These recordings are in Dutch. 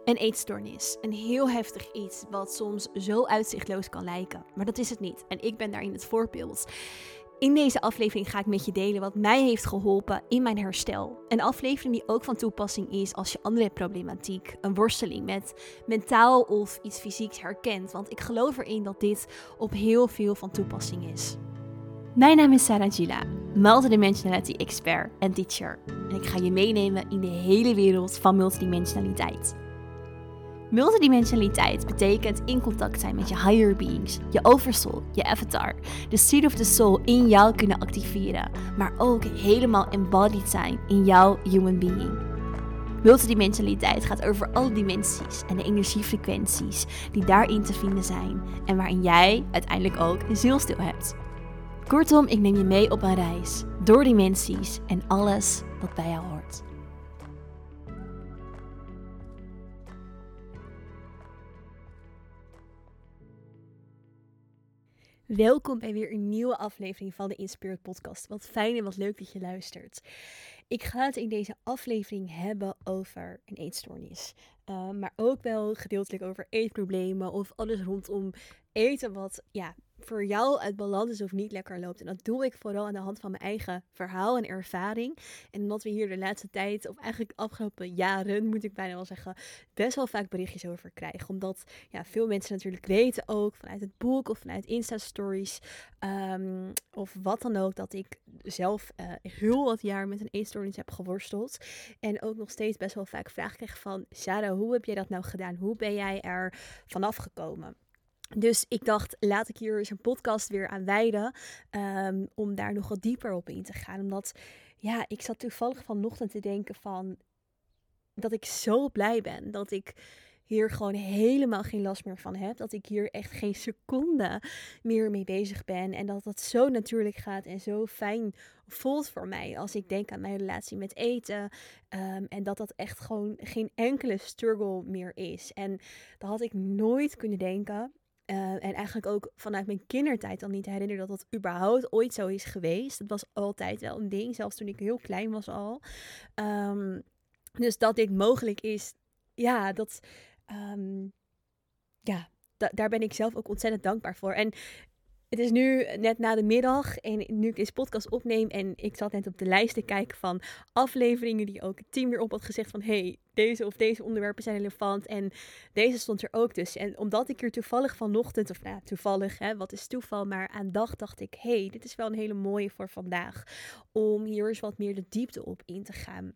Een eetstoornis. Een heel heftig iets wat soms zo uitzichtloos kan lijken. Maar dat is het niet. En ik ben daarin het voorbeeld. In deze aflevering ga ik met je delen wat mij heeft geholpen in mijn herstel. Een aflevering die ook van toepassing is als je andere problematiek, een worsteling met mentaal of iets fysieks herkent. Want ik geloof erin dat dit op heel veel van toepassing is. Mijn naam is Sarah Gila, multidimensionality expert en teacher. En ik ga je meenemen in de hele wereld van multidimensionaliteit. Multidimensionaliteit betekent in contact zijn met je higher beings, je oversoul, je avatar, de seed of the soul in jou kunnen activeren, maar ook helemaal embodied zijn in jouw human being. Multidimensionaliteit gaat over alle dimensies en de energiefrequenties die daarin te vinden zijn en waarin jij uiteindelijk ook een zielsdeel hebt. Kortom, ik neem je mee op een reis door dimensies en alles wat bij jou hoort. Welkom bij weer een nieuwe aflevering van de Inspired Podcast. Wat fijn en wat leuk dat je luistert. Ik ga het in deze aflevering hebben over een eetstoornis. Maar ook wel gedeeltelijk over eetproblemen of alles rondom eten wat voor jou uit balans is of niet lekker loopt. En dat doe ik vooral aan de hand van mijn eigen verhaal en ervaring. En omdat we hier de laatste tijd, of eigenlijk de afgelopen jaren, moet ik bijna wel zeggen, best wel vaak berichtjes over krijgen. Omdat veel mensen natuurlijk weten ook vanuit het boek of vanuit Insta-stories of wat dan ook, dat ik zelf heel wat jaar met een eetstoornis heb geworsteld. En ook nog steeds best wel vaak vragen krijg van: Sarah, hoe heb jij dat nou gedaan? Hoe ben jij er vanaf gekomen? Dus ik dacht, laat ik hier eens een podcast weer aan wijden om daar nog wat dieper op in te gaan. Omdat, ik zat toevallig vanochtend te denken van dat ik zo blij ben dat ik hier gewoon helemaal geen last meer van heb. Dat ik hier echt geen seconde meer mee bezig ben. En dat dat zo natuurlijk gaat en zo fijn voelt voor mij als ik denk aan mijn relatie met eten. En dat dat echt gewoon geen enkele struggle meer is. En dat had ik nooit kunnen denken. En eigenlijk ook vanuit mijn kindertijd dan niet herinneren dat dat überhaupt ooit zo is geweest. Het was altijd wel een ding, zelfs toen ik heel klein was al. Dus dat dit mogelijk is, daar ben ik zelf ook ontzettend dankbaar voor. En het is nu net na de middag en nu ik deze podcast opneem en ik zat net op de lijst te kijken van afleveringen die ook het team weer op had gezegd van hey, deze of deze onderwerpen zijn relevant en deze stond er ook tussen. En omdat ik hier toevallig vanochtend, toevallig, wat is toeval, maar aan dacht ik, hey, dit is wel een hele mooie voor vandaag om hier eens wat meer de diepte op in te gaan.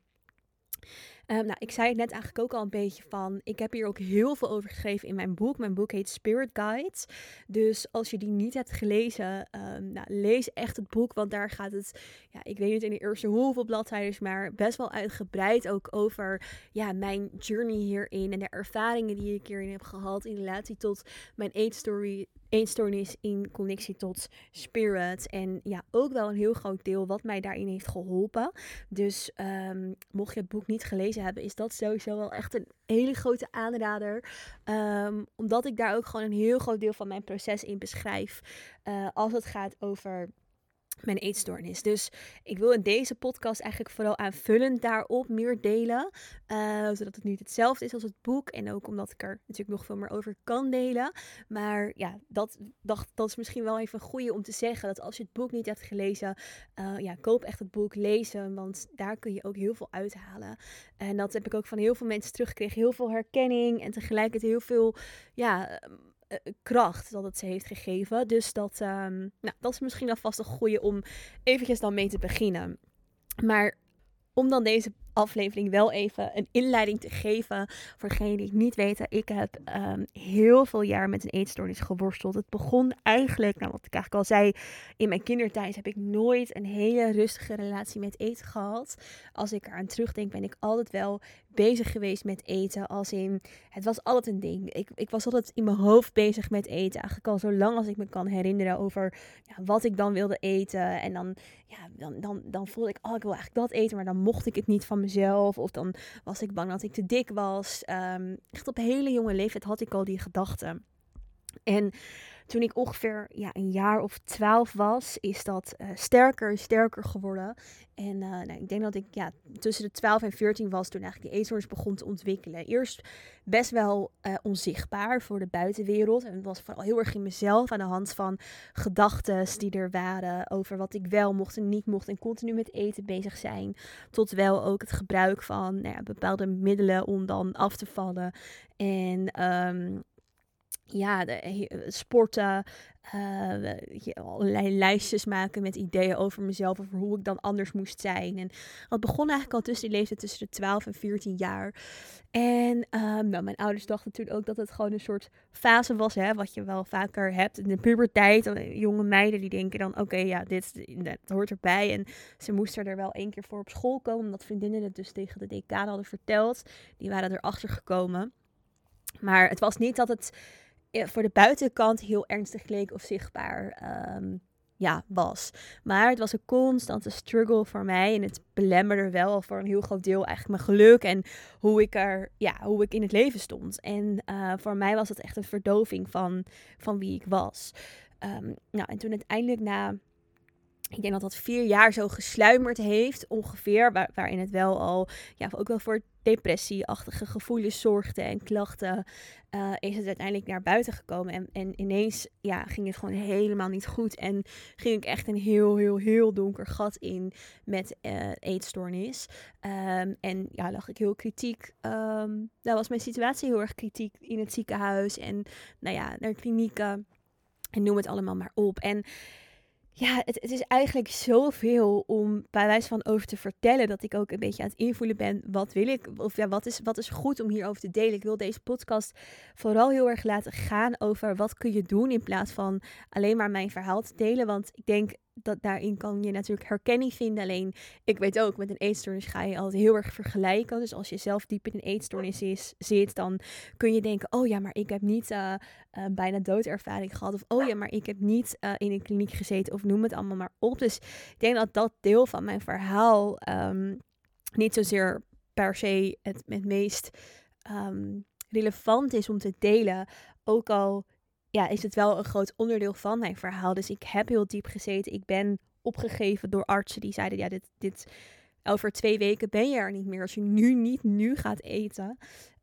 Ik zei het net eigenlijk ook al een beetje van, ik heb hier ook heel veel over geschreven in mijn boek. Mijn boek heet Spirit Guides. Dus als je die niet hebt gelezen, lees echt het boek. Want daar gaat het, ik weet niet in de eerste hoeveel bladzijden, maar best wel uitgebreid ook over mijn journey hierin. En de ervaringen die ik hierin heb gehad in relatie tot mijn eetstoornis in connectie tot spirit. En ook wel een heel groot deel wat mij daarin heeft geholpen. Dus mocht je het boek niet gelezen hebben, is dat sowieso wel echt een hele grote aanrader. Omdat ik daar ook gewoon een heel groot deel van mijn proces in beschrijf. Als het gaat over mijn eetstoornis. Dus ik wil in deze podcast eigenlijk vooral aanvullend daarop meer delen. Zodat het niet hetzelfde is als het boek. En ook omdat ik er natuurlijk nog veel meer over kan delen. Maar dat is misschien wel even een goeie om te zeggen. Dat als je het boek niet hebt gelezen, koop echt het boek, lees hem. Want daar kun je ook heel veel uithalen. En dat heb ik ook van heel veel mensen teruggekregen. Heel veel herkenning en tegelijkertijd heel veel kracht dat het ze heeft gegeven. Dus dat is misschien alvast een goeie om eventjes dan mee te beginnen. Maar om dan deze aflevering wel even een inleiding te geven voor degenen die het niet weten. Ik heb heel veel jaar met een eetstoornis geworsteld. Het begon eigenlijk, wat ik eigenlijk al zei, in mijn kindertijd heb ik nooit een hele rustige relatie met eten gehad. Als ik eraan terugdenk, ben ik altijd wel bezig geweest met eten. Als in, het was altijd een ding. Ik was altijd in mijn hoofd bezig met eten. Eigenlijk al zo lang als ik me kan herinneren over wat ik dan wilde eten. En dan voelde ik, ik wil eigenlijk dat eten, maar dan mocht ik het niet van mezelf. Of dan was ik bang dat ik te dik was. Echt op hele jonge leeftijd had ik al die gedachten. En toen ik ongeveer een jaar of 12 was, is dat sterker en sterker geworden. En ik denk dat ik tussen de 12 en 14 was toen eigenlijk die eetstoornis begon te ontwikkelen. Eerst best wel onzichtbaar voor de buitenwereld. En het was vooral heel erg in mezelf aan de hand van gedachten die er waren over wat ik wel mocht en niet mocht. En continu met eten bezig zijn. Tot wel ook het gebruik van bepaalde middelen om dan af te vallen. En sporten, allerlei lijstjes maken met ideeën over mezelf, over hoe ik dan anders moest zijn. En dat begon eigenlijk al tussen die leeftijd tussen de 12 en 14 jaar. En mijn ouders dachten toen ook dat het gewoon een soort fase was, wat je wel vaker hebt in de puberteit. Jonge meiden die denken dan, dit hoort erbij. En ze moesten er wel 1 keer voor op school komen, omdat vriendinnen het dus tegen de decaan hadden verteld. Die waren erachter gekomen. Maar het was niet dat het voor de buitenkant heel ernstig leek of zichtbaar was. Maar het was een constante struggle voor mij. En het belemmerde wel voor een heel groot deel eigenlijk mijn geluk. En hoe ik in het leven stond. En voor mij was het echt een verdoving van wie ik was. En toen uiteindelijk ik denk dat dat 4 jaar zo gesluimerd heeft, ongeveer. Waarin het wel al, ook wel voor depressieachtige gevoelens zorgde en klachten. Is het uiteindelijk naar buiten gekomen. En ineens ging het gewoon helemaal niet goed. En ging ik echt een heel, heel, heel donker gat in met eetstoornis. En lag ik heel kritiek. Was mijn situatie heel erg kritiek in het ziekenhuis. En naar klinieken. En noem het allemaal maar op. En het is eigenlijk zoveel om bij wijze van over te vertellen, dat ik ook een beetje aan het invoelen ben. Wat wil ik? Of wat is goed om hierover te delen? Ik wil deze podcast vooral heel erg laten gaan over wat kun je doen in plaats van alleen maar mijn verhaal te delen. Want ik denk dat daarin kan je natuurlijk herkenning vinden. Alleen ik weet ook, met een eetstoornis ga je altijd heel erg vergelijken. Dus als je zelf diep in een eetstoornis zit, dan kun je denken, maar ik heb niet bijna doodervaring gehad. Of maar ik heb niet in een kliniek gezeten. Of noem het allemaal maar op. Dus ik denk dat dat deel van mijn verhaal niet zozeer per se het meest relevant is om te delen. Ook al is het wel een groot onderdeel van mijn verhaal. Dus ik heb heel diep gezeten. Ik ben opgegeven door artsen die zeiden, dit over 2 weken ben je er niet meer als je niet nu gaat eten.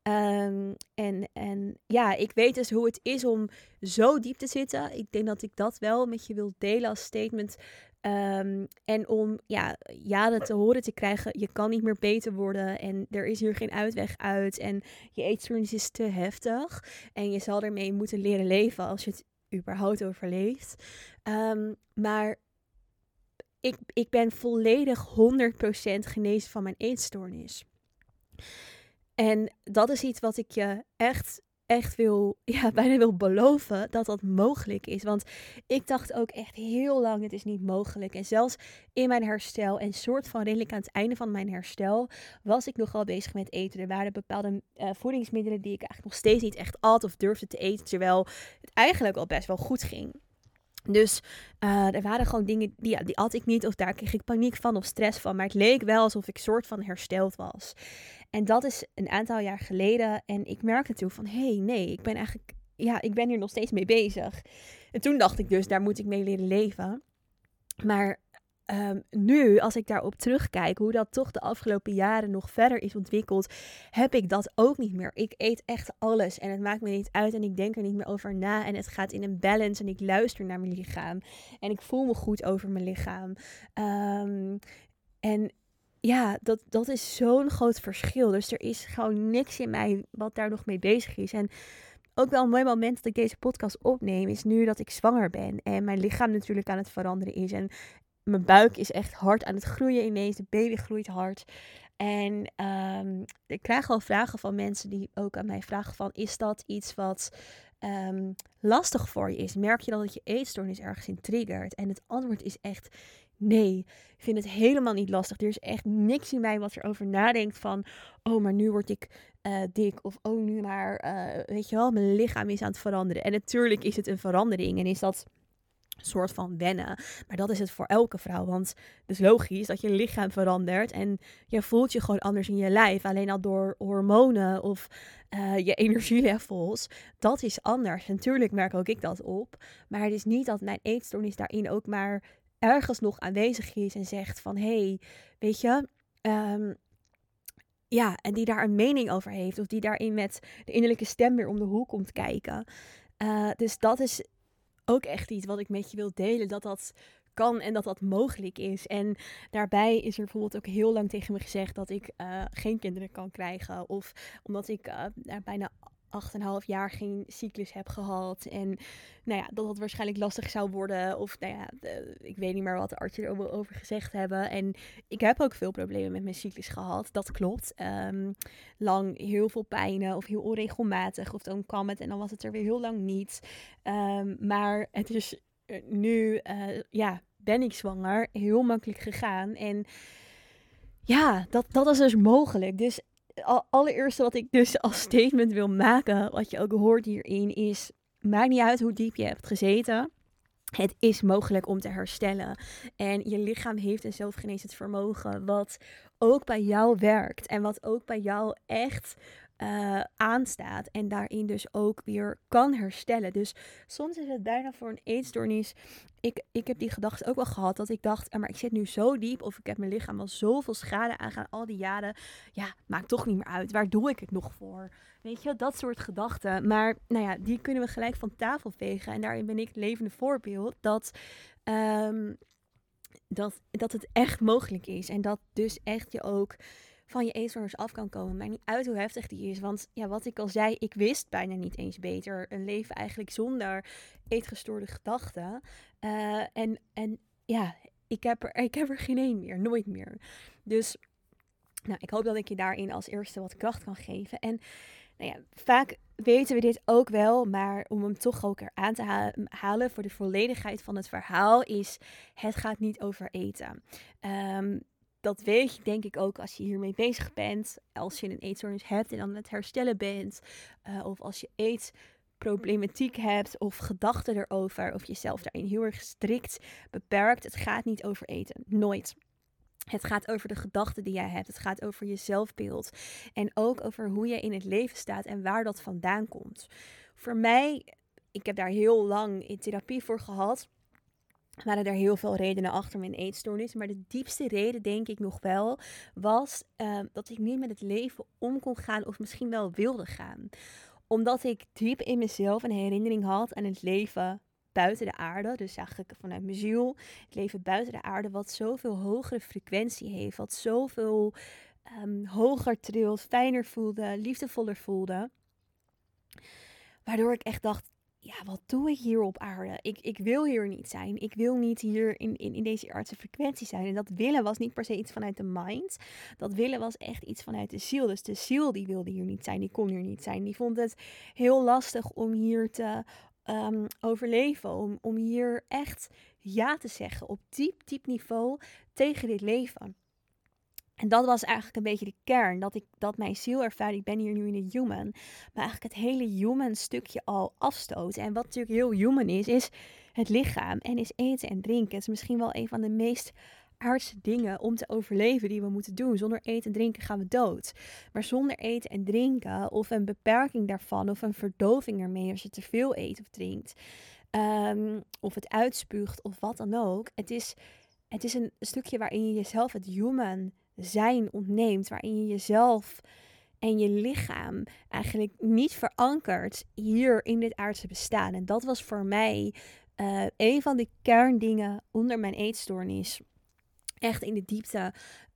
Ik weet dus hoe het is om zo diep te zitten. Ik denk dat ik dat wel met je wil delen als statement. En om dat te horen te krijgen, je kan niet meer beter worden en er is hier geen uitweg uit en je eetstoornis is te heftig en je zal ermee moeten leren leven als je het überhaupt overleeft. Maar ik ben volledig 100% genezen van mijn eetstoornis. En dat is iets wat ik je echt bijna wil beloven dat dat mogelijk is. Want ik dacht ook echt heel lang, het is niet mogelijk. En zelfs in mijn herstel en soort van redelijk aan het einde van mijn herstel was ik nogal bezig met eten. Er waren bepaalde voedingsmiddelen die ik eigenlijk nog steeds niet echt at of durfde te eten, terwijl het eigenlijk al best wel goed ging. Dus er waren gewoon dingen die at ik niet of daar kreeg ik paniek van of stress van. Maar het leek wel alsof ik soort van hersteld was. En dat is een aantal jaar geleden. En ik merkte toen van, ik ben eigenlijk, ik ben hier nog steeds mee bezig. En toen dacht ik dus, daar moet ik mee leren leven. Maar nu, als ik daarop terugkijk, hoe dat toch de afgelopen jaren nog verder is ontwikkeld, heb ik dat ook niet meer. Ik eet echt alles en het maakt me niet uit en ik denk er niet meer over na en het gaat in een balance en ik luister naar mijn lichaam en ik voel me goed over mijn lichaam. Dat is zo'n groot verschil. Dus er is gewoon niks in mij wat daar nog mee bezig is. En ook wel een mooi moment dat ik deze podcast opneem is nu dat ik zwanger ben en mijn lichaam natuurlijk aan het veranderen is. En mijn buik is echt hard aan het groeien ineens. De baby groeit hard. En ik krijg al vragen van mensen die ook aan mij vragen van, is dat iets wat lastig voor je is? Merk je dan dat je eetstoornis ergens in triggert? En het antwoord is echt nee. Ik vind het helemaal niet lastig. Er is echt niks in mij wat erover nadenkt van, maar nu word ik dik. Of nu maar, weet je wel, mijn lichaam is aan het veranderen. En natuurlijk is het een verandering. En is dat soort van wennen. Maar dat is het voor elke vrouw. Want het is logisch dat je lichaam verandert. En je voelt je gewoon anders in je lijf. Alleen al door hormonen of je energielevels. Dat is anders. Natuurlijk merk ook ik dat op. Maar het is niet dat mijn eetstoornis daarin ook maar ergens nog aanwezig is. En zegt van, hey, weet je... ja, en die daar een mening over heeft. Of die daarin met de innerlijke stem weer om de hoek komt kijken. Dus dat is ook echt iets wat ik met je wil delen. Dat dat kan en dat dat mogelijk is. En daarbij is er bijvoorbeeld ook heel lang tegen me gezegd dat ik geen kinderen kan krijgen. Of omdat ik bijna 8,5 jaar geen cyclus heb gehad. En nou ja, dat het waarschijnlijk lastig zou worden. Of nou ja, ik weet niet meer wat de artsen erover gezegd hebben. En ik heb ook veel problemen met mijn cyclus gehad. Dat klopt. Lang heel veel pijnen of heel onregelmatig. Of dan kwam het en dan was het er weer heel lang niet. Maar het is nu, ben ik zwanger. Heel makkelijk gegaan. En ja, dat is dus mogelijk. Dus allereerste wat ik dus als statement wil maken, wat je ook hoort hierin, is: maakt niet uit hoe diep je hebt gezeten. Het is mogelijk om te herstellen. En je lichaam heeft een zelfgenezend vermogen wat ook bij jou werkt. En wat ook bij jou echt aanstaat. En daarin dus ook weer kan herstellen. Dus soms is het bijna voor een eetstoornis. Ik heb die gedachte ook wel gehad. Dat ik dacht, maar ik zit nu zo diep. Of ik heb mijn lichaam al zoveel schade aangaan al die jaren. Ja, maakt toch niet meer uit. Waar doe ik het nog voor? Weet je, dat soort gedachten. Maar nou ja, die kunnen we gelijk van tafel vegen. En daarin ben ik het levende voorbeeld dat het echt mogelijk is. En dat dus echt je ook van je eetstoornis af kan komen. Maar niet uit hoe heftig die is. Want ja, wat ik al zei, ik wist bijna niet eens beter. Een leven eigenlijk zonder eetgestoorde gedachten. En ja, ik heb er geen één meer. Nooit meer. Dus nou, ik hoop dat ik je daarin als eerste wat kracht kan geven. En nou ja, vaak weten we dit ook wel, maar om hem toch ook eraan te halen voor de volledigheid van het verhaal is: het gaat niet over eten. Dat weet je denk ik ook als je hiermee bezig bent. Als je een eetstoornis hebt en aan het herstellen bent. Of als je eetproblematiek hebt of gedachten erover. Of jezelf daarin heel erg strikt beperkt. Het gaat niet over eten. Nooit. Het gaat over de gedachten die jij hebt. Het gaat over je zelfbeeld. En ook over hoe je in het leven staat en waar dat vandaan komt. Voor mij, ik heb daar heel lang in therapie voor gehad. Er waren er heel veel redenen achter mijn eetstoornis. Maar de diepste reden, denk ik nog wel, was dat ik niet met het leven om kon gaan of misschien wel wilde gaan. Omdat ik diep in mezelf een herinnering had aan het leven buiten de aarde. Dus eigenlijk vanuit mijn ziel. Het leven buiten de aarde wat zoveel hogere frequentie heeft. Wat zoveel hoger trilt, fijner voelde, liefdevoller voelde. Waardoor ik echt dacht, ja, wat doe ik hier op aarde? Ik wil hier niet zijn. Ik wil niet hier in deze aardse frequentie zijn. En dat willen was niet per se iets vanuit de mind. Dat willen was echt iets vanuit de ziel. Dus de ziel die wilde hier niet zijn. Die kon hier niet zijn. Die vond het heel lastig om hier te overleven. Om hier echt ja te zeggen op diep niveau tegen dit leven. En dat was eigenlijk een beetje de kern. Dat mijn ziel ervaart, ik ben hier nu in een human. Maar eigenlijk het hele human stukje al afstoot. En wat natuurlijk heel human is het lichaam. En is eten en drinken. Het is misschien wel een van de meest aardse dingen om te overleven die we moeten doen. Zonder eten en drinken gaan we dood. Maar zonder eten en drinken, of een beperking daarvan, of een verdoving ermee als je te veel eet of drinkt. Of het uitspuugt, of wat dan ook. Het is een stukje waarin je jezelf het human zijn ontneemt, waarin je jezelf en je lichaam eigenlijk niet verankert hier in dit aardse bestaan. En dat was voor mij een van de kerndingen onder mijn eetstoornis. Echt in de diepte,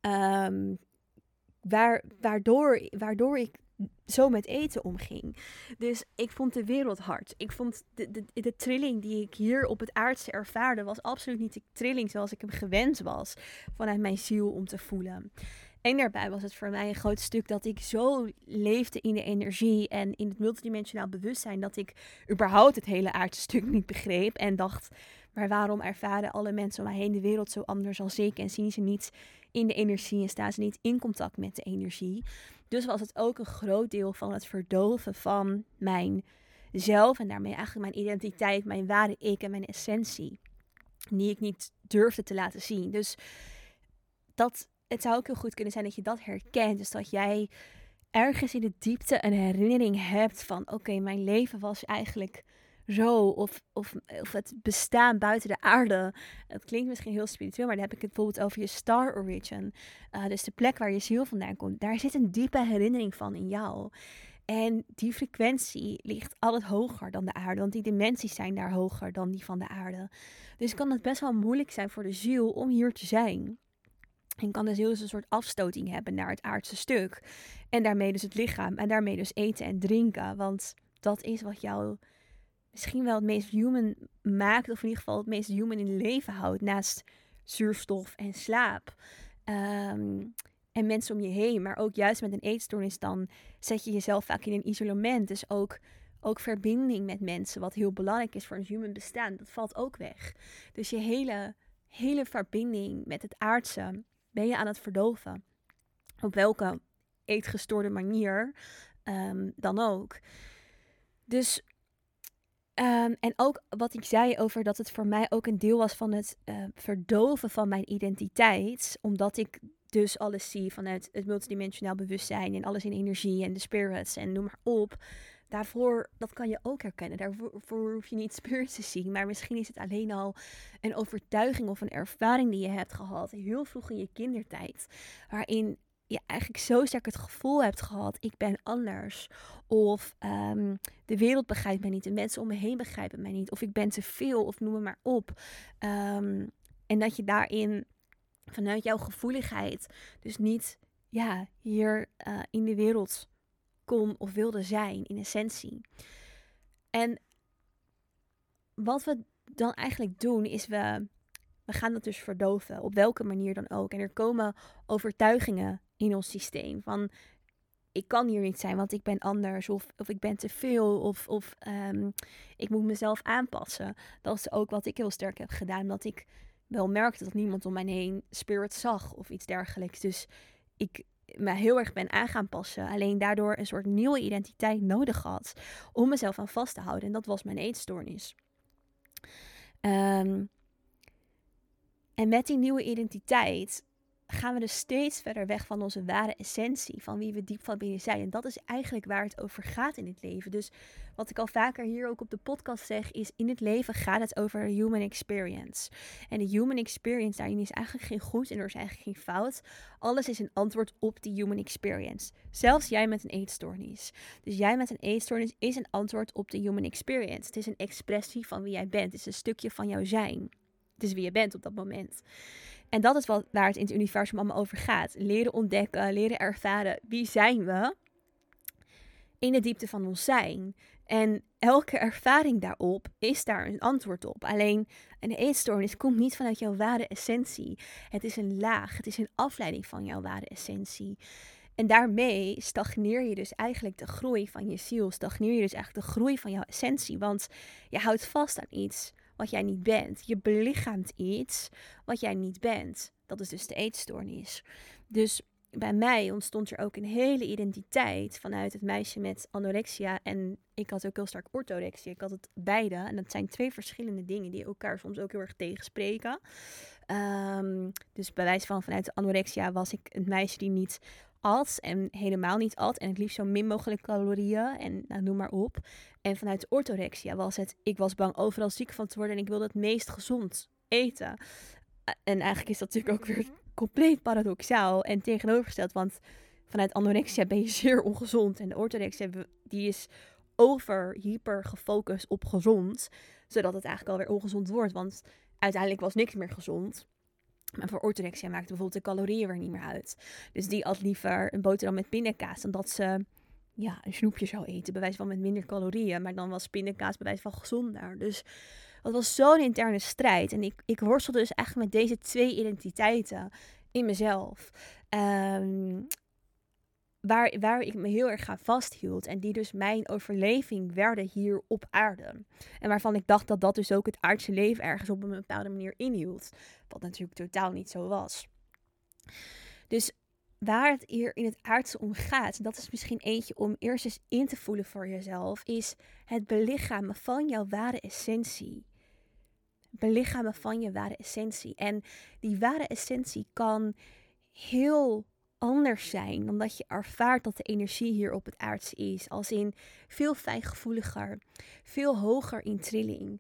waardoor ik zo met eten omging. Dus ik vond de wereld hard. Ik vond de trilling die ik hier op het aardse ervaarde was absoluut niet de trilling zoals ik hem gewend was vanuit mijn ziel om te voelen. En daarbij was het voor mij een groot stuk dat ik zo leefde in de energie en in het multidimensionaal bewustzijn dat ik überhaupt het hele aardse stuk niet begreep en dacht, maar waarom ervaren alle mensen om mij heen de wereld zo anders als ik en zien ze niet in de energie en staan ze niet in contact met de energie. Dus was het ook een groot deel van het verdoven van mijn zelf en daarmee eigenlijk mijn identiteit, mijn ware ik en mijn essentie. die ik niet durfde te laten zien. Dus het zou ook heel goed kunnen zijn dat je dat herkent. Dus dat jij ergens in de diepte een herinnering hebt van oké, mijn leven was eigenlijk zo. Of het bestaan buiten de aarde. Het klinkt misschien heel spiritueel, maar dan heb ik het bijvoorbeeld over je star origin. Dus de plek waar je ziel vandaan komt. Daar zit een diepe herinnering van in jou. En die frequentie ligt altijd hoger dan de aarde. Want die dimensies zijn daar hoger dan die van de aarde. Dus kan het best wel moeilijk zijn voor de ziel om hier te zijn. En kan de ziel dus een soort afstoting hebben naar het aardse stuk. En daarmee dus het lichaam. En daarmee dus eten en drinken. Want dat is wat jou misschien wel het meest human maakt. Of in ieder geval het meest human in leven houdt. Naast zuurstof en slaap. En mensen om je heen. Maar ook juist met een eetstoornis dan zet je jezelf vaak in een isolement. Dus ook verbinding met mensen. Wat heel belangrijk is voor een human bestaan. Dat valt ook weg. Dus je hele verbinding met het aardse ben je aan het verdoven. Op welke eetgestoorde manier dan ook. Dus, en ook wat ik zei over dat het voor mij ook een deel was van het verdoven van mijn identiteit. Omdat ik dus alles zie vanuit het multidimensionaal bewustzijn en alles in energie en de spirits en noem maar op. Daarvoor, dat kan je ook herkennen. Daarvoor hoef je niet spirits te zien. Maar misschien is het alleen al een overtuiging of een ervaring die je hebt gehad. Heel vroeg in je kindertijd. Waarin je eigenlijk zo sterk het gevoel hebt gehad. Ik ben anders. Of de wereld begrijpt mij niet. De mensen om me heen begrijpen mij niet. Of ik ben te veel. Of noem het maar op. En dat je daarin vanuit jouw gevoeligheid dus niet hier in de wereld kon of wilde zijn in essentie. En wat we dan eigenlijk doen is we gaan dat dus verdoven. Op welke manier dan ook. En er komen overtuigingen in ons systeem. Van ik kan hier niet zijn want ik ben anders. Of ik ben te veel. Of ik moet mezelf aanpassen. Dat is ook wat ik heel sterk heb gedaan. Omdat ik wel merkte dat niemand om mij heen spirit zag. Of iets dergelijks. Dus ik me heel erg ben aan gaan passen. Alleen daardoor een soort nieuwe identiteit nodig had. Om mezelf aan vast te houden. En dat was mijn eetstoornis. En met die nieuwe identiteit gaan we dus steeds verder weg van onze ware essentie. Van wie we diep van binnen zijn. En dat is eigenlijk waar het over gaat in het leven. Dus wat ik al vaker hier ook op de podcast zeg is, in het leven gaat het over de human experience. En de human experience daarin is eigenlijk geen goed en er is eigenlijk geen fout. Alles is een antwoord op die human experience. Zelfs jij met een eetstoornis. Dus jij met een eetstoornis is een antwoord op de human experience. Het is een expressie van wie jij bent. Het is een stukje van jouw zijn. Het is wie je bent op dat moment. En dat is waar het in het universum allemaal over gaat. Leren ontdekken, leren ervaren. Wie zijn we? In de diepte van ons zijn. En elke ervaring daarop is daar een antwoord op. Alleen een eetstoornis komt niet vanuit jouw ware essentie. Het is een laag. Het is een afleiding van jouw ware essentie. En daarmee stagneer je dus eigenlijk de groei van je ziel. Stagneer je dus eigenlijk de groei van jouw essentie. Want je houdt vast aan iets wat jij niet bent. Je belichaamt iets wat jij niet bent. Dat is dus de eetstoornis. Dus bij mij ontstond er ook een hele identiteit vanuit het meisje met anorexia. En ik had ook heel sterk orthorexia. Ik had het beide. En dat zijn twee verschillende dingen die elkaar soms ook heel erg tegenspreken. Dus bij wijze van vanuit de anorexia was ik een meisje die niet at en helemaal niet at. En het liefst zo min mogelijk calorieën en nou, noem maar op. En vanuit de orthorexia was het, ik was bang overal ziek van te worden en ik wilde het meest gezond eten. En eigenlijk is dat natuurlijk ook weer compleet paradoxaal en tegenovergesteld. Want vanuit anorexia ben je zeer ongezond. En de orthorexia die is hyper gefocust op gezond. Zodat het eigenlijk alweer ongezond wordt. Want uiteindelijk was niks meer gezond. Maar voor orthorexia maakte bijvoorbeeld de calorieën weer niet meer uit. Dus die at liever een boterham met pindakaas dan dat ze een snoepje zou eten. Bij wijze van met minder calorieën. Maar dan was pindakaas bij wijze van gezonder. Dus dat was zo'n interne strijd. En ik worstelde dus echt met deze twee identiteiten in mezelf. Waar ik me heel erg aan vasthield. En die dus mijn overleving werden hier op aarde. En waarvan ik dacht dat dat dus ook het aardse leven ergens op een bepaalde manier inhield. Wat natuurlijk totaal niet zo was. Dus waar het hier in het aardse om gaat, dat is misschien eentje om eerst eens in te voelen voor jezelf, is het belichamen van jouw ware essentie. belichamen van je ware essentie. En die ware essentie kan heel anders zijn dan dat je ervaart dat de energie hier op het aardse is. Als in veel fijngevoeliger, veel hoger in trilling.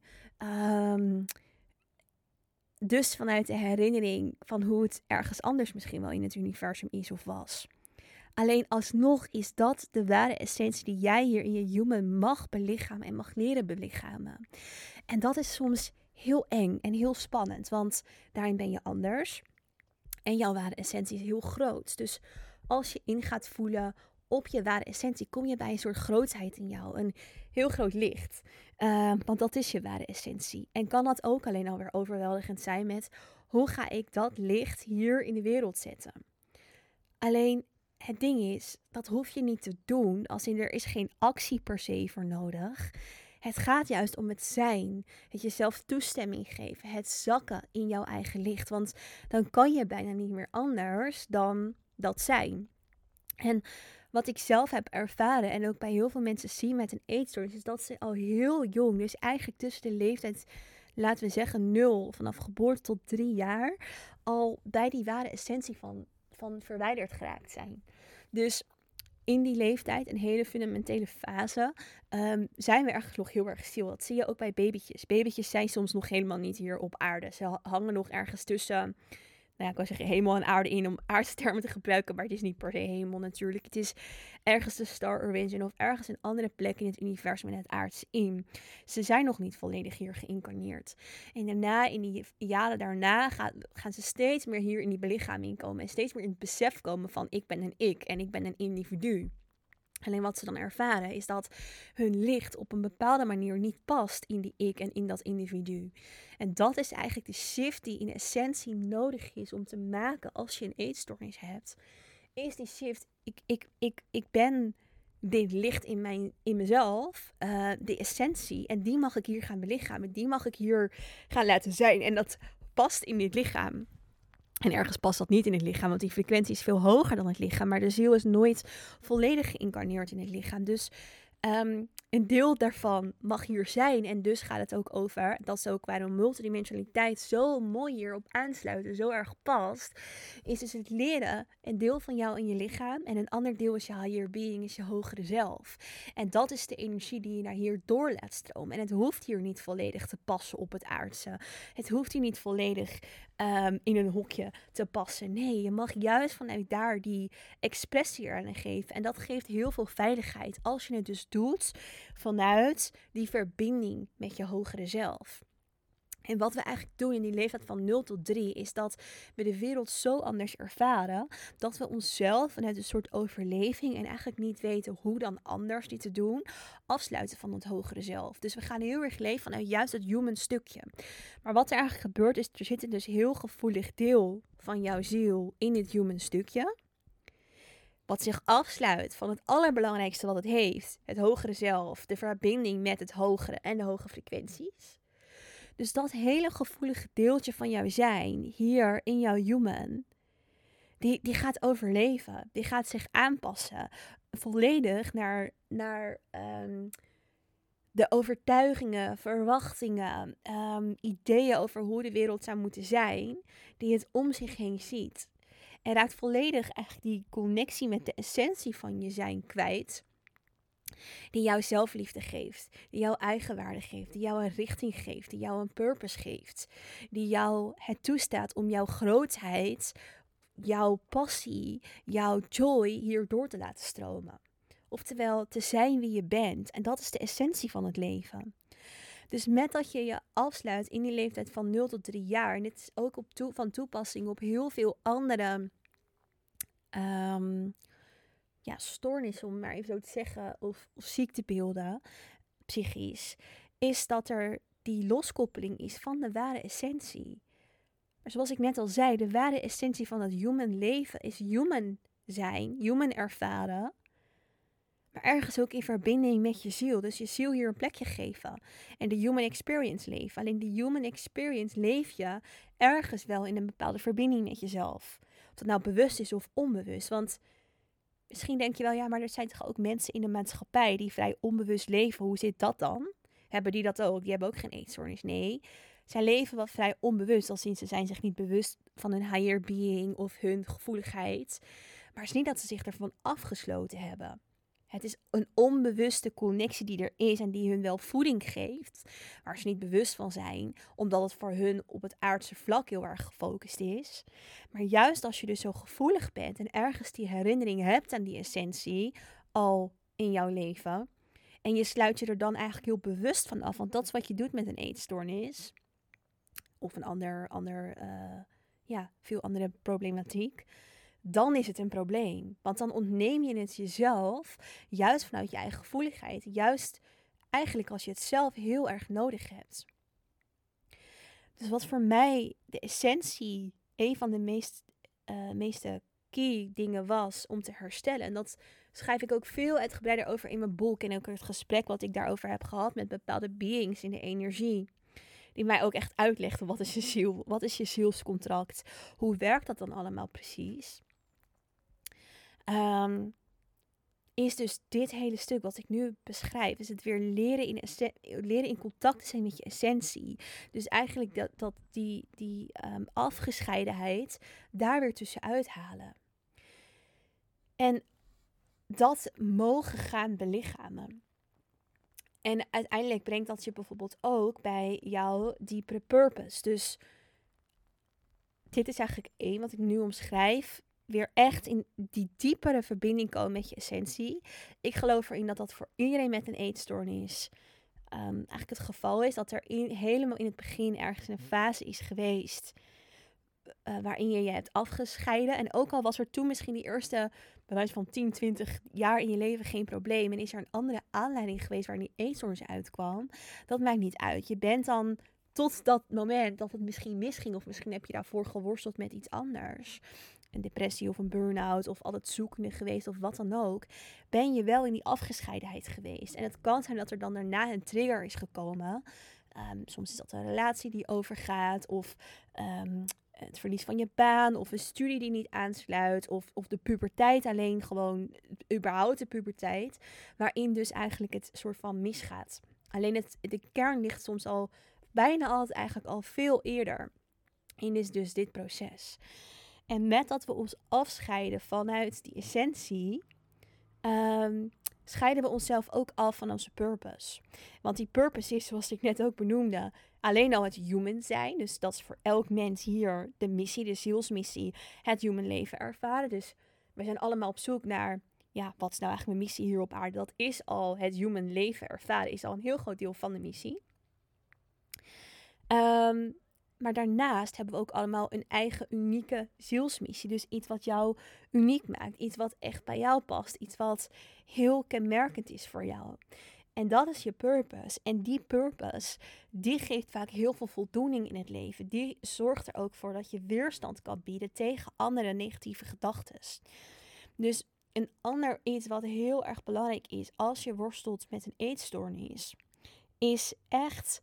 Dus vanuit de herinnering van hoe het ergens anders misschien wel in het universum is of was. Alleen alsnog is dat de ware essentie die jij hier in je human mag belichamen en mag leren belichamen. En dat is soms heel eng en heel spannend, want daarin ben je anders. En jouw ware essentie is heel groot. Dus als je in gaat voelen op je ware essentie, kom je bij een soort grootheid in jou. Een heel groot licht. Want dat is je ware essentie. En kan dat ook alleen alweer overweldigend zijn met hoe ga ik dat licht hier in de wereld zetten? Alleen het ding is, dat hoef je niet te doen als in er is geen actie per se voor nodig. Het gaat juist om het zijn, het jezelf toestemming geven, het zakken in jouw eigen licht. Want dan kan je bijna niet meer anders dan dat zijn. En wat ik zelf heb ervaren en ook bij heel veel mensen zie met een eetstoornis, is dat ze al heel jong, dus eigenlijk tussen de leeftijd, laten we zeggen 0, vanaf geboorte tot 3 jaar, al bij die ware essentie van verwijderd geraakt zijn. Dus in die leeftijd, een hele fundamentele fase, zijn we eigenlijk nog heel erg stil. Dat zie je ook bij babytjes. Babytjes zijn soms nog helemaal niet hier op aarde. Ze hangen nog ergens tussen, nou ja, ik wil zeggen hemel en aarde in om aardse termen te gebruiken, maar het is niet per se hemel natuurlijk. Het is ergens de Star Origin of ergens een andere plek in het universum en het aardse in. Ze zijn nog niet volledig hier geïncarneerd. En daarna, in die jaren daarna, gaan ze steeds meer hier in die belichaming komen en steeds meer in het besef komen van ik ben een ik en ik ben een individu. Alleen wat ze dan ervaren is dat hun licht op een bepaalde manier niet past in die ik en in dat individu. En dat is eigenlijk de shift die in essentie nodig is om te maken als je een eetstoornis hebt. Is die shift, ik ben dit licht in mezelf, de essentie. En die mag ik hier gaan belichamen. Die mag ik hier gaan laten zijn. En dat past in dit lichaam. En ergens past dat niet in het lichaam, want die frequentie is veel hoger dan het lichaam. Maar de ziel is nooit volledig geïncarneerd in het lichaam. Dus een deel daarvan mag hier zijn. En dus gaat het ook over, dat is ook waarom multidimensionaliteit zo mooi hierop aansluit en zo erg past. Is dus het leren, een deel van jou in je lichaam. En een ander deel is je higher being, is je hogere zelf. En dat is de energie die je naar hier door laat stromen. En het hoeft hier niet volledig te passen op het aardse. Het hoeft hier niet volledig in een hokje te passen. Nee, je mag juist vanuit daar die expressie aan geven. En dat geeft heel veel veiligheid als je het dus doet vanuit die verbinding met je hogere zelf. En wat we eigenlijk doen in die leeftijd van 0 tot 3 is dat we de wereld zo anders ervaren dat we onszelf vanuit een soort overleving en eigenlijk niet weten hoe dan anders dit te doen, afsluiten van het hogere zelf. Dus we gaan heel erg leven vanuit juist het human stukje. Maar wat er eigenlijk gebeurt is, er zit een dus heel gevoelig deel van jouw ziel in dit human stukje. Wat zich afsluit van het allerbelangrijkste wat het heeft. Het hogere zelf, de verbinding met het hogere en de hoge frequenties. Dus dat hele gevoelige deeltje van jouw zijn, hier in jouw human, die gaat overleven. Die gaat zich aanpassen. Volledig naar de overtuigingen, verwachtingen, ideeën over hoe de wereld zou moeten zijn, die het om zich heen ziet. En raakt volledig eigenlijk die connectie met de essentie van je zijn kwijt. Die jou zelfliefde geeft, die jou eigenwaarde geeft, die jou een richting geeft, die jou een purpose geeft. Die jou het toestaat om jouw grootheid, jouw passie, jouw joy hier door te laten stromen. Oftewel, te zijn wie je bent. En dat is de essentie van het leven. Dus met dat je je afsluit in die leeftijd van 0 tot 3 jaar. En dit is ook van toepassing op heel veel andere stoornissen, om maar even zo te zeggen, of ziektebeelden, psychisch, is dat er die loskoppeling is van de ware essentie. Maar zoals ik net al zei, de ware essentie van het human leven is human zijn, human ervaren, maar ergens ook in verbinding met je ziel. Dus je ziel hier een plekje geven en de human experience leven. Alleen die human experience leef je ergens wel in een bepaalde verbinding met jezelf. Of dat nou bewust is of onbewust, want misschien denk je wel, ja, maar er zijn toch ook mensen in de maatschappij die vrij onbewust leven. Hoe zit dat dan? Hebben die dat ook? Die hebben ook geen eetstoornis. Nee, zij leven wel vrij onbewust. Al sinds ze zijn zich niet bewust van hun higher being of hun gevoeligheid. Maar het is niet dat ze zich ervan afgesloten hebben. Het is een onbewuste connectie die er is en die hun wel voeding geeft. Waar ze niet bewust van zijn. Omdat het voor hun op het aardse vlak heel erg gefocust is. Maar juist als je dus zo gevoelig bent en ergens die herinnering hebt aan die essentie al in jouw leven. En je sluit je er dan eigenlijk heel bewust van af. Want dat is wat je doet met een eetstoornis. Of een veel andere problematiek. Dan is het een probleem. Want dan ontneem je het jezelf, juist vanuit je eigen gevoeligheid. Juist eigenlijk als je het zelf heel erg nodig hebt. Dus wat voor mij de essentie, een van de meeste key dingen was om te herstellen. En dat schrijf ik ook veel uitgebreider over in mijn boek. En ook het gesprek wat ik daarover heb gehad met bepaalde beings in de energie. Die mij ook echt uitlegden, wat is je ziel? Wat is je zielscontract? Hoe werkt dat dan allemaal precies? Is dus dit hele stuk wat ik nu beschrijf, is het weer leren in contact te zijn met je essentie. Dus eigenlijk die afgescheidenheid daar weer tussenuit halen. En dat mogen gaan belichamen. En uiteindelijk brengt dat je bijvoorbeeld ook bij jouw diepere purpose. Dus dit is eigenlijk wat ik nu omschrijf. Weer echt in die diepere verbinding komen met je essentie. Ik geloof erin dat dat voor iedereen met een eetstoornis eigenlijk het geval is. Dat er helemaal in het begin ergens een fase is geweest waarin je hebt afgescheiden. En ook al was er toen misschien die eerste, bij wijze van 10, 20 jaar in je leven geen probleem. En is er een andere aanleiding geweest waarin die eetstoornis uitkwam. Dat maakt niet uit. Je bent dan tot dat moment dat het misschien misging. Of misschien heb je daarvoor geworsteld met iets anders. Een depressie of een burn-out of altijd zoekende geweest of wat dan ook. Ben je wel in die afgescheidenheid geweest. En het kan zijn dat er dan daarna een trigger is gekomen. Soms is dat een relatie die overgaat of het verlies van je baan of een studie die niet aansluit of de puberteit alleen gewoon, überhaupt de puberteit, waarin dus eigenlijk het soort van misgaat. Alleen de kern ligt soms al bijna altijd eigenlijk al veel eerder in dus dit proces. En met dat we ons afscheiden vanuit die essentie, scheiden we onszelf ook af van onze purpose. Want die purpose is, zoals ik net ook benoemde, alleen al het human zijn. Dus dat is voor elk mens hier de missie, de zielsmissie, het human leven ervaren. Dus we zijn allemaal op zoek naar, wat is nou eigenlijk mijn missie hier op aarde? Dat is al het human leven ervaren, is al een heel groot deel van de missie. Maar daarnaast hebben we ook allemaal een eigen unieke zielsmissie. Dus iets wat jou uniek maakt. Iets wat echt bij jou past. Iets wat heel kenmerkend is voor jou. En dat is je purpose. En die purpose, die geeft vaak heel veel voldoening in het leven. Die zorgt er ook voor dat je weerstand kan bieden tegen andere negatieve gedachten. Dus een ander iets wat heel erg belangrijk is als je worstelt met een eetstoornis, is echt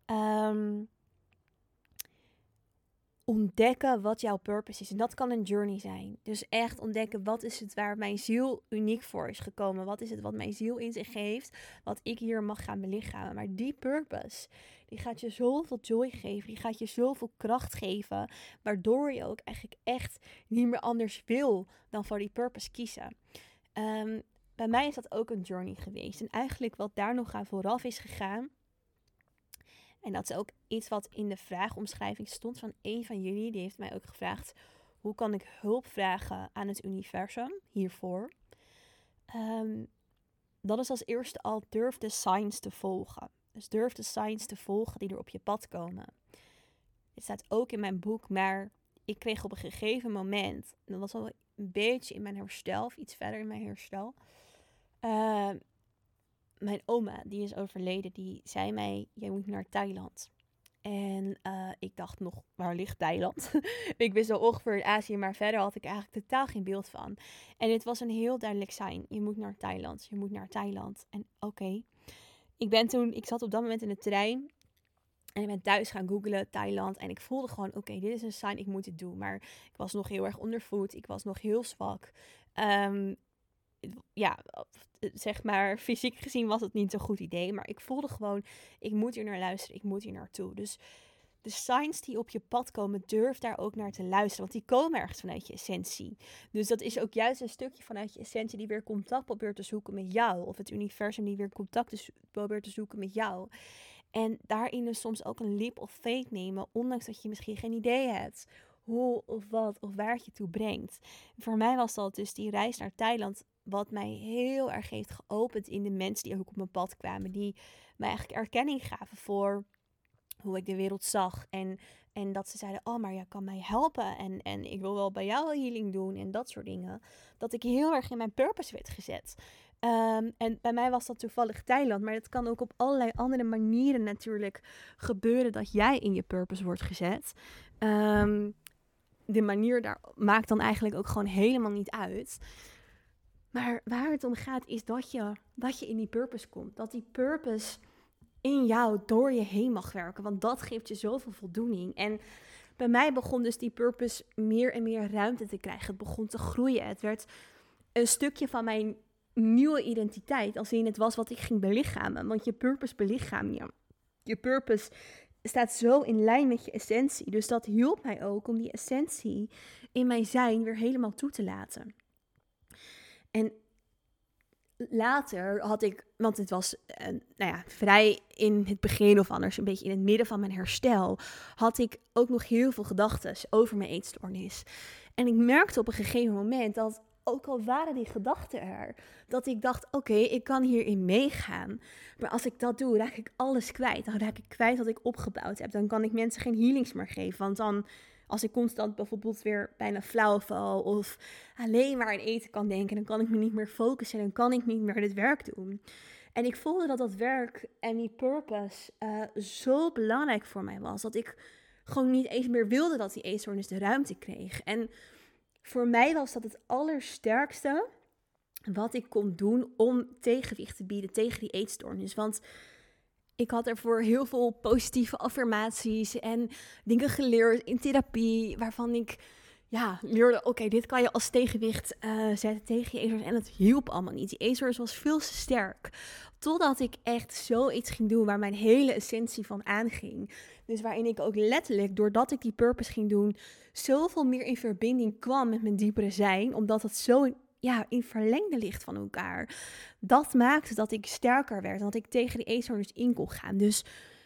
ontdekken wat jouw purpose is. En dat kan een journey zijn. Dus echt ontdekken, wat is het waar mijn ziel uniek voor is gekomen? Wat is het wat mijn ziel in zich heeft? Wat ik hier mag gaan belichamen. Maar die purpose, die gaat je zoveel joy geven. Die gaat je zoveel kracht geven. Waardoor je ook eigenlijk echt niet meer anders wil dan voor die purpose kiezen. Bij mij is dat ook een journey geweest. En eigenlijk wat daar nog aan vooraf is gegaan. En dat is ook iets wat in de vraagomschrijving stond van een van jullie. Die heeft mij ook gevraagd, hoe kan ik hulp vragen aan het universum hiervoor? Dat is als eerste al, durf de signs te volgen. Dus durf de signs te volgen die er op je pad komen. Het staat ook in mijn boek, maar ik kreeg op een gegeven moment, en dat was al een beetje in mijn herstel, of iets verder in mijn herstel. Mijn oma, die is overleden, die zei mij, jij moet naar Thailand. En ik dacht nog, waar ligt Thailand? Ik wist wel ongeveer in Azië, maar verder had ik eigenlijk totaal geen beeld van. En het was een heel duidelijk sein. Je moet naar Thailand, je moet naar Thailand. En oké. Ik zat op dat moment in de trein. En ik ben thuis gaan googlen, Thailand. En ik voelde gewoon, oké, dit is een sign, ik moet het doen. Maar ik was nog heel erg ondervoed. Ik was nog heel zwak. Zeg maar, fysiek gezien was het niet zo'n goed idee. Maar ik voelde gewoon, ik moet hier naar luisteren. Ik moet hier naartoe. Dus de signs die op je pad komen, durf daar ook naar te luisteren. Want die komen ergens vanuit je essentie. Dus dat is ook juist een stukje vanuit je essentie die weer contact probeert te zoeken met jou. Of het universum die weer contact probeert te zoeken met jou. En daarin dus soms ook een leap of faith nemen, ondanks dat je misschien geen idee hebt hoe of wat of waar het je toe brengt. Voor mij was dat dus die reis naar Thailand, wat mij heel erg heeft geopend in de mensen die ook op mijn pad kwamen. Die mij eigenlijk erkenning gaven voor hoe ik de wereld zag. En dat ze zeiden, oh, maar jij kan mij helpen. En ik wil wel bij jou healing doen en dat soort dingen. Dat ik heel erg in mijn purpose werd gezet. En bij mij was dat toevallig Thailand. Maar het kan ook op allerlei andere manieren natuurlijk gebeuren dat jij in je purpose wordt gezet. De manier daar maakt dan eigenlijk ook gewoon helemaal niet uit. Maar waar het om gaat is dat je in die purpose komt. Dat die purpose in jou door je heen mag werken. Want dat geeft je zoveel voldoening. En bij mij begon dus die purpose meer en meer ruimte te krijgen. Het begon te groeien. Het werd een stukje van mijn nieuwe identiteit. Als in het was wat ik ging belichamen. Want je purpose belichaam je. Je purpose staat zo in lijn met je essentie. Dus dat hielp mij ook om die essentie in mijn zijn weer helemaal toe te laten. En later had ik, want het was vrij in het begin of anders een beetje in het midden van mijn herstel, had ik ook nog heel veel gedachten over mijn eetstoornis. En ik merkte op een gegeven moment dat, ook al waren die gedachten er, dat ik dacht, oké, ik kan hierin meegaan. Maar als ik dat doe, raak ik alles kwijt. Dan raak ik kwijt wat ik opgebouwd heb. Dan kan ik mensen geen healings meer geven. Want dan, als ik constant bijvoorbeeld weer bijna flauw val of alleen maar aan eten kan denken, dan kan ik me niet meer focussen en dan kan ik niet meer dit werk doen. En ik voelde dat dat werk en die purpose zo belangrijk voor mij was, dat ik gewoon niet eens meer wilde dat die eetstoornis de ruimte kreeg. En voor mij was dat het allersterkste wat ik kon doen om tegenwicht te bieden tegen die eetstoornis. Want ik had ervoor heel veel positieve affirmaties en dingen geleerd in therapie, waarvan ik leerde, oké, dit kan je als tegenwicht zetten tegen je eetstoornis. En het hielp allemaal niet. Die eetstoornis was veel te sterk. Totdat ik echt zoiets ging doen waar mijn hele essentie van aanging. Dus waarin ik ook letterlijk, doordat ik die purpose ging doen, zoveel meer in verbinding kwam met mijn diepere zijn. Omdat het zo in verlengde ligt van elkaar. Dat maakte dat ik sterker werd. En dat ik tegen die eetstoornis in kon gaan. Dus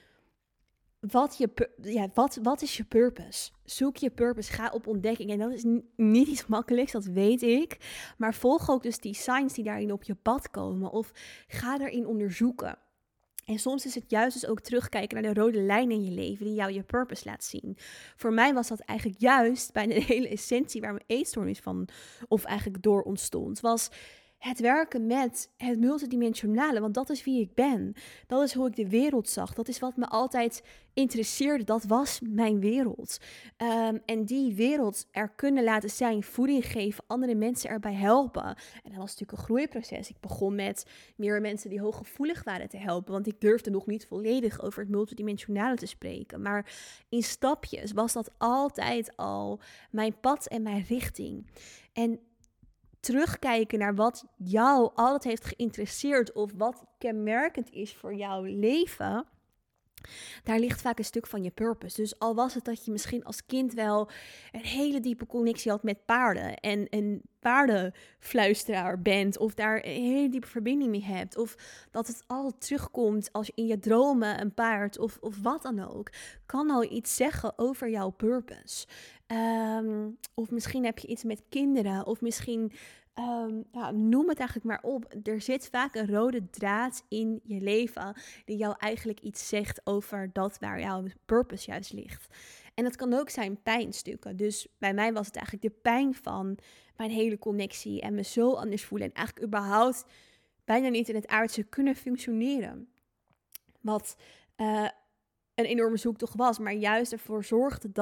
wat is je purpose? Zoek je purpose, ga op ontdekking. En dat is niet iets makkelijks, dat weet ik. Maar volg ook dus die signs die daarin op je pad komen. Of ga daarin onderzoeken. En soms is het juist dus ook terugkijken naar de rode lijn in je leven die jou je purpose laat zien. Voor mij was dat eigenlijk juist bijna de hele essentie waar mijn eetstoornis van, of eigenlijk door ontstond, was het werken met het multidimensionale, want dat is wie ik ben. Dat is hoe ik de wereld zag. Dat is wat me altijd interesseerde. Dat was mijn wereld. En die wereld er kunnen laten zijn, voeding geven, andere mensen erbij helpen. En dat was natuurlijk een groeiproces. Ik begon met meer mensen die hooggevoelig waren te helpen, want ik durfde nog niet volledig over het multidimensionale te spreken. Maar in stapjes was dat altijd al mijn pad en mijn richting. En terugkijken naar wat jou altijd heeft geïnteresseerd of wat kenmerkend is voor jouw leven, daar ligt vaak een stuk van je purpose. Dus al was het dat je misschien als kind wel een hele diepe connectie had met paarden en een paardenfluisteraar bent of daar een hele diepe verbinding mee hebt, of dat het altijd terugkomt als je in je dromen een paard of wat dan ook, kan al iets zeggen over jouw purpose. Of misschien heb je iets met kinderen, of misschien noem het eigenlijk maar op. Er zit vaak een rode draad in je leven die jou eigenlijk iets zegt over dat waar jouw purpose juist ligt. En dat kan ook zijn pijnstukken. Dus bij mij was het eigenlijk de pijn van mijn hele connectie en me zo anders voelen en eigenlijk überhaupt bijna niet in het aardse kunnen functioneren. Wat een enorme zoektocht was, maar juist ervoor zorgde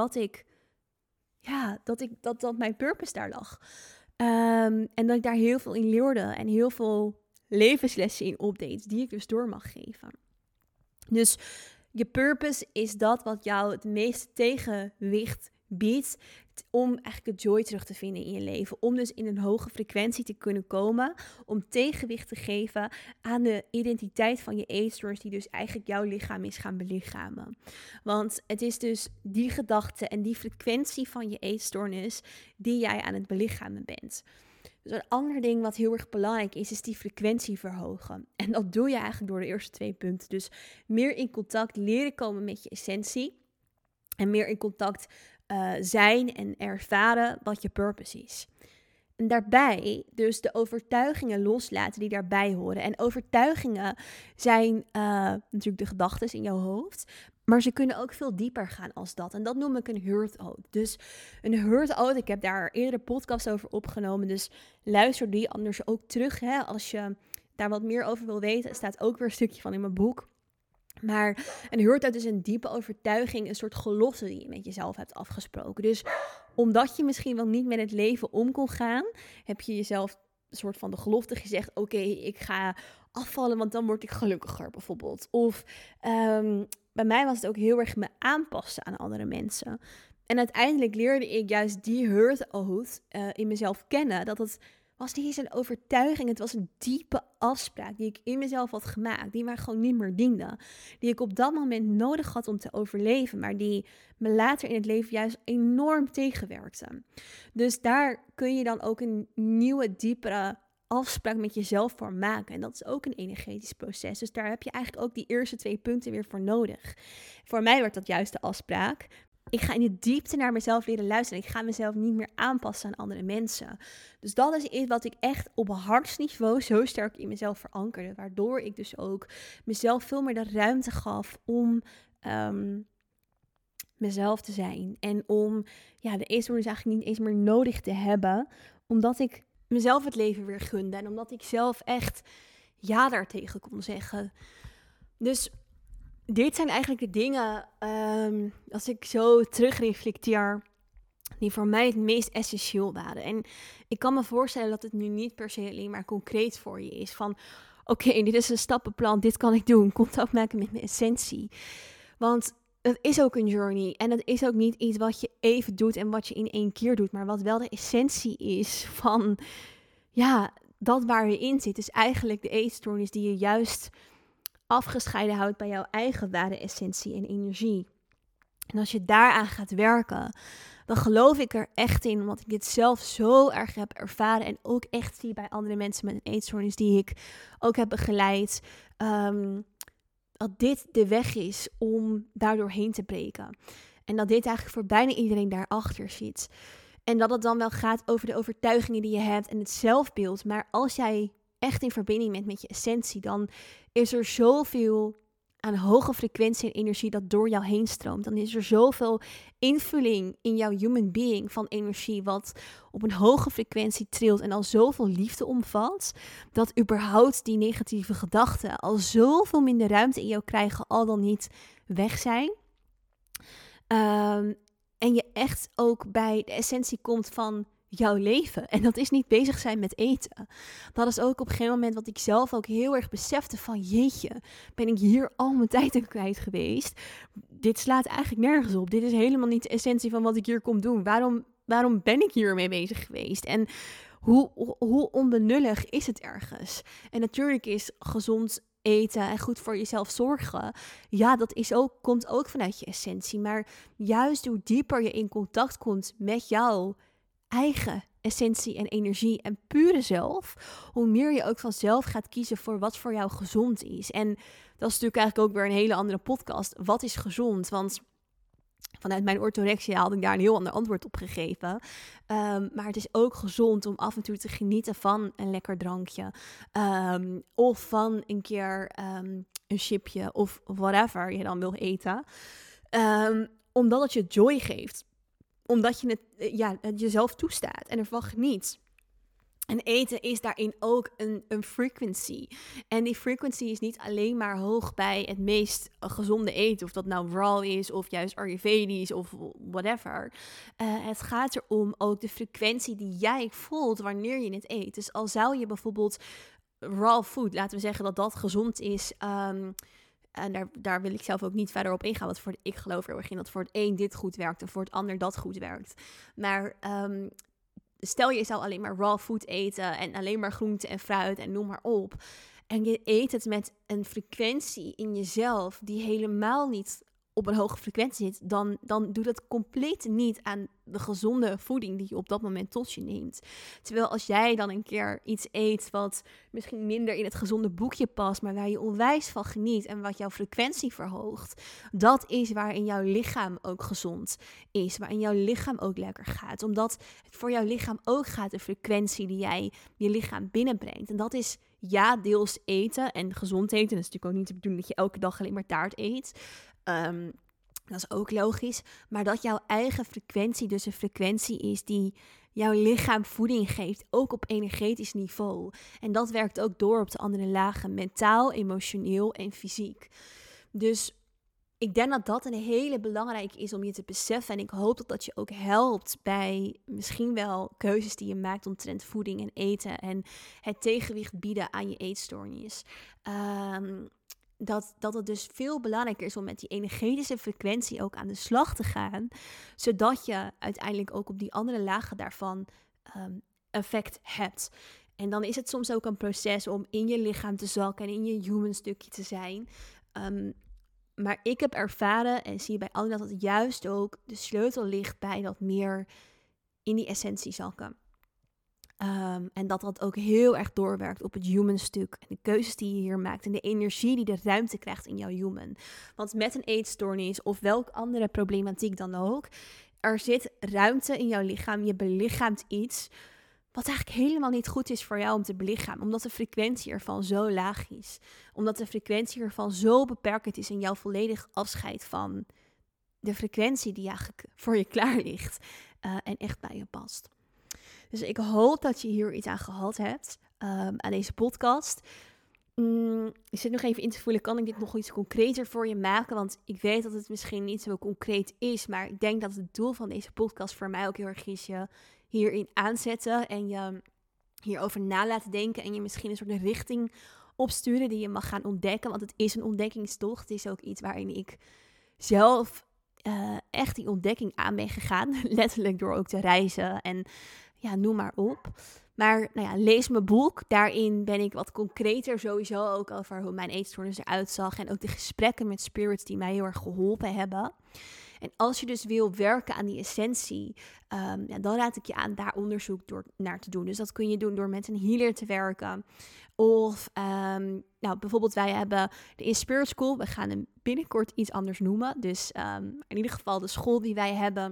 dat mijn purpose daar lag. En dat ik daar heel veel in leerde en heel veel levenslessen in opdeed, die ik dus door mag geven. Dus je purpose is dat wat jou het meeste tegenwicht biedt om eigenlijk de joy terug te vinden in je leven. Om dus in een hoge frequentie te kunnen komen. Om tegenwicht te geven aan de identiteit van je eetstoornis. Die dus eigenlijk jouw lichaam is gaan belichamen. Want het is dus die gedachte en die frequentie van je eetstoornis die jij aan het belichamen bent. Dus een ander ding wat heel erg belangrijk is die frequentie verhogen. En dat doe je eigenlijk door de eerste 2 punten. Dus meer in contact leren komen met je essentie. En meer in contact zijn en ervaren wat je purpose is. En daarbij dus de overtuigingen loslaten die daarbij horen. En overtuigingen zijn natuurlijk de gedachten in jouw hoofd. Maar ze kunnen ook veel dieper gaan als dat. En dat noem ik een hurt ode. Dus een hurt ode, ik heb daar eerder podcast over opgenomen. Dus luister die anders ook terug. Hè, als je daar wat meer over wil weten. Er staat ook weer een stukje van in mijn boek. Maar een hurt ode is een diepe overtuiging. Een soort gelofte die je met jezelf hebt afgesproken. Dus omdat je misschien wel niet met het leven om kon gaan, heb je jezelf een soort van de gelofte gezegd. Oké, ik ga afvallen, want dan word ik gelukkiger bijvoorbeeld. Of bij mij was het ook heel erg me aanpassen aan andere mensen. En uiteindelijk leerde ik juist die hurt ode in mezelf kennen. Dat het was niet eens een overtuiging. Het was een diepe afspraak die ik in mezelf had gemaakt. Die mij gewoon niet meer diende. Die ik op dat moment nodig had om te overleven. Maar die me later in het leven juist enorm tegenwerkte. Dus daar kun je dan ook een nieuwe, diepere afspraak met jezelf voor maken. En dat is ook een energetisch proces. Dus daar heb je eigenlijk ook die eerste 2 punten weer voor nodig. Voor mij werd dat juist de afspraak. Ik ga in de diepte naar mezelf leren luisteren. Ik ga mezelf niet meer aanpassen aan andere mensen. Dus dat is iets wat ik echt op hartsniveau zo sterk in mezelf verankerde. Waardoor ik dus ook mezelf veel meer de ruimte gaf om mezelf te zijn. En om de eetstoornis eigenlijk niet eens meer nodig te hebben. Omdat ik mezelf het leven weer gunde. En omdat ik zelf echt ja daartegen kon zeggen. Dus dit zijn eigenlijk de dingen, als ik zo terugreflecteer, die voor mij het meest essentieel waren. En ik kan me voorstellen dat het nu niet per se alleen maar concreet voor je is. Van oké, dit is een stappenplan, dit kan ik doen. Contact maken met mijn essentie. Want het is ook een journey. En het is ook niet iets wat je even doet en wat je in 1 keer doet. Maar wat wel de essentie is van dat waar je in zit. Dus eigenlijk de eetstoornis die je juist afgescheiden houdt bij jouw eigen ware essentie en energie. En als je daaraan gaat werken, dan geloof ik er echt in, omdat ik dit zelf zo erg heb ervaren en ook echt zie bij andere mensen met een eetstoornis die ik ook heb begeleid, dat dit de weg is om daar doorheen te breken. En dat dit eigenlijk voor bijna iedereen daarachter zit. En dat het dan wel gaat over de overtuigingen die je hebt en het zelfbeeld. Maar als jij echt in verbinding bent met je essentie, dan is er zoveel aan hoge frequentie en energie dat door jou heen stroomt. Dan is er zoveel invulling in jouw human being van energie wat op een hoge frequentie trilt en al zoveel liefde omvat, dat überhaupt die negatieve gedachten al zoveel minder ruimte in jou krijgen, al dan niet weg zijn. En je echt ook bij de essentie komt van jouw leven. En dat is niet bezig zijn met eten. Dat is ook op een gegeven moment wat ik zelf ook heel erg besefte van jeetje, ben ik hier al mijn tijd aan kwijt geweest. Dit slaat eigenlijk nergens op. Dit is helemaal niet de essentie van wat ik hier kom doen. Waarom ben ik hiermee bezig geweest? En hoe onbenullig is het ergens? En natuurlijk is gezond eten en goed voor jezelf zorgen, dat is komt ook vanuit je essentie. Maar juist hoe dieper je in contact komt met jouw eigen essentie en energie en pure zelf, hoe meer je ook vanzelf gaat kiezen voor wat voor jou gezond is. En dat is natuurlijk eigenlijk ook weer een hele andere podcast. Wat is gezond? Want vanuit mijn orthorexia had ik daar een heel ander antwoord op gegeven. Maar het is ook gezond om af en toe te genieten van een lekker drankje. Of van een keer een chipje of whatever je dan wil eten. Omdat het je joy geeft. Omdat je het jezelf toestaat en ervan geniet. En eten is daarin ook een frequency. En die frequency is niet alleen maar hoog bij het meest gezonde eten. Of dat nou raw is of juist Ayurvedisch of whatever. Het gaat erom ook de frequentie die jij voelt wanneer je het eet. Dus al zou je bijvoorbeeld raw food, laten we zeggen dat dat gezond is, En daar wil ik zelf ook niet verder op ingaan. Want ik geloof heel erg in dat voor het een dit goed werkt en voor het ander dat goed werkt. Maar stel je zou alleen maar raw food eten en alleen maar groente en fruit en noem maar op. En je eet het met een frequentie in jezelf die helemaal niet op een hoge frequentie zit, dan doet dat compleet niet aan de gezonde voeding die je op dat moment tot je neemt. Terwijl als jij dan een keer iets eet wat misschien minder in het gezonde boekje past, maar waar je onwijs van geniet en wat jouw frequentie verhoogt, dat is waarin jouw lichaam ook gezond is, waarin jouw lichaam ook lekker gaat. Omdat het voor jouw lichaam ook gaat de frequentie die jij je lichaam binnenbrengt. En dat is deels eten en gezond eten. Dat is natuurlijk ook niet de bedoeling dat je elke dag alleen maar taart eet. Dat is ook logisch. Maar dat jouw eigen frequentie dus een frequentie is die jouw lichaam voeding geeft. Ook op energetisch niveau. En dat werkt ook door op de andere lagen. Mentaal, emotioneel en fysiek. Dus ik denk dat dat een hele belangrijke is om je te beseffen. En ik hoop dat dat je ook helpt bij misschien wel keuzes die je maakt omtrent voeding en eten. En het tegenwicht bieden aan je eetstoornis. Dat het dus veel belangrijker is om met die energetische frequentie ook aan de slag te gaan. Zodat je uiteindelijk ook op die andere lagen daarvan effect hebt. En dan is het soms ook een proces om in je lichaam te zakken en in je human stukje te zijn. Maar ik heb ervaren en zie je bij anderen dat het juist ook de sleutel ligt bij dat meer in die essentie zakken. En dat ook heel erg doorwerkt op het human stuk. En de keuzes die je hier maakt. En de energie die de ruimte krijgt in jouw human. Want met een eetstoornis of welke andere problematiek dan ook. Er zit ruimte in jouw lichaam. Je belichaamt iets wat eigenlijk helemaal niet goed is voor jou om te belichamen. Omdat de frequentie ervan zo laag is. Omdat de frequentie ervan zo beperkt is. En jou volledig afscheidt van de frequentie die eigenlijk voor je klaar ligt. En echt bij je past. Dus ik hoop dat je hier iets aan gehad hebt, aan deze podcast. Ik zit nog even in te voelen, kan ik dit nog iets concreter voor je maken? Want ik weet dat het misschien niet zo concreet is, maar ik denk dat het doel van deze podcast voor mij ook heel erg is je hierin aanzetten en je hierover na laten denken en je misschien een soort richting opsturen die je mag gaan ontdekken. Want het is een ontdekkingstocht. Het is ook iets waarin ik zelf echt die ontdekking aan ben gegaan. Letterlijk door ook te reizen en ja, noem maar op. Maar lees mijn boek. Daarin ben ik wat concreter sowieso ook over hoe mijn eetstoornis eruit zag. En ook de gesprekken met spirits die mij heel erg geholpen hebben. En als je dus wil werken aan die essentie, dan raad ik je aan daar onderzoek naar te doen. Dus dat kun je doen door met een healer te werken. Of bijvoorbeeld wij hebben de In Spirit School. We gaan hem binnenkort iets anders noemen. Dus in ieder geval de school die wij hebben.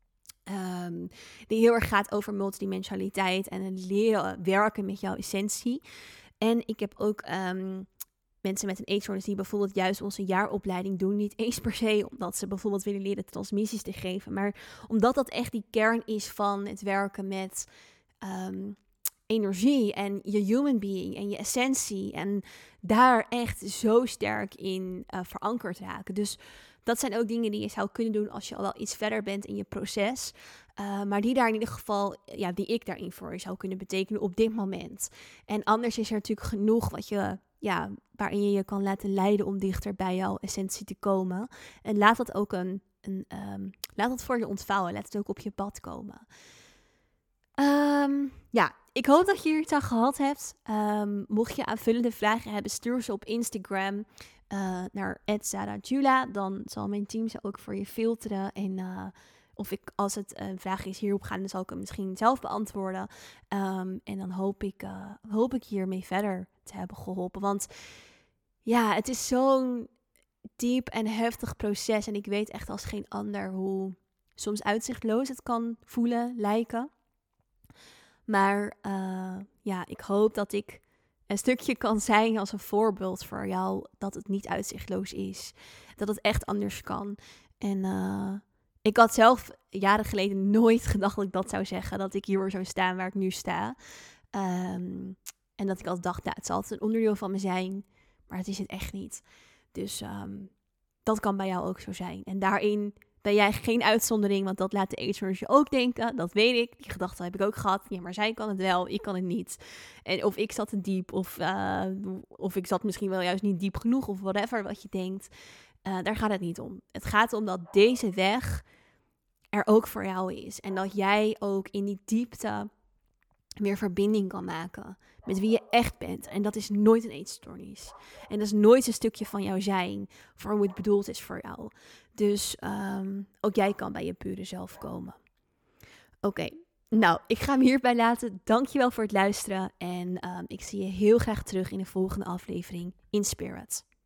Die heel erg gaat over multidimensionaliteit en het leren werken met jouw essentie. En ik heb ook mensen met een eetstoornis die bijvoorbeeld juist onze jaaropleiding doen. Niet eens per se omdat ze bijvoorbeeld willen leren transmissies te geven. Maar omdat dat echt die kern is van het werken met energie en je human being en je essentie. En daar echt zo sterk in verankerd raken. Dus dat zijn ook dingen die je zou kunnen doen als je al wel iets verder bent in je proces. Maar die daar in ieder geval, die ik daarin voor je zou kunnen betekenen op dit moment. En anders is er natuurlijk genoeg wat je, waarin je je kan laten leiden om dichter bij jouw essentie te komen. En laat dat ook laat dat voor je ontvouwen. Laat het ook op je pad komen. Ik hoop dat je hier iets aan gehad hebt. Mocht je aanvullende vragen hebben, stuur ze op Instagram. Naar @sarahjula, dan zal mijn team ze ook voor je filteren. En als het een vraag is hierop gaan, dan zal ik hem misschien zelf beantwoorden. En dan hoop ik hiermee verder te hebben geholpen. Want het is zo'n diep en heftig proces. En ik weet echt als geen ander hoe soms uitzichtloos het kan voelen, lijken. Maar ik hoop dat ik een stukje kan zijn als een voorbeeld voor jou dat het niet uitzichtloos is. Dat het echt anders kan. En ik had zelf jaren geleden nooit gedacht dat ik dat zou zeggen. Dat ik hier zou staan waar ik nu sta. En dat ik altijd dacht, het zal altijd een onderdeel van me zijn. Maar het is het echt niet. Dus dat kan bij jou ook zo zijn. En daarin Ben jij geen uitzondering, want dat laat de eetstoornis je ook denken. Dat weet ik. Die gedachte heb ik ook gehad. Ja, maar zij kan het wel, ik kan het niet. En of ik zat te diep, of ik zat misschien wel juist niet diep genoeg, of whatever wat je denkt. Daar gaat het niet om. Het gaat om dat deze weg er ook voor jou is. En dat jij ook in die diepte meer verbinding kan maken met wie je echt bent. En dat is nooit een eetstoornis. En dat is nooit een stukje van jouw zijn, voor hoe het bedoeld is voor jou. Dus ook jij kan bij je pure zelf komen. Oké, nou, ik ga hem hierbij laten. Dankjewel voor het luisteren. En ik zie je heel graag terug in de volgende aflevering in Spirit.